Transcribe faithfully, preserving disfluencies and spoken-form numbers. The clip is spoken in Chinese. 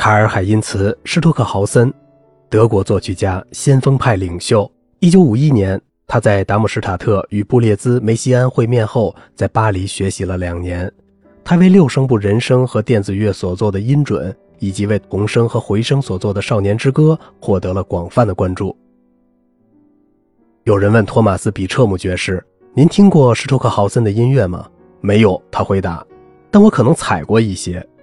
卡尔海因茨·施托克豪森，德国作曲家、先锋派领袖。一九五一年，他在达姆施塔特与布列兹梅西安会面后，在巴黎学习了两年。他为六声部人声和电子乐所做的音准，以及为童声和回声所做的《少年之歌》获得了广泛的关注。有人问托马斯·比彻姆爵士：“您听过施托克豪森的音乐吗？”“没有。”他回答，“但我可能踩过一些。”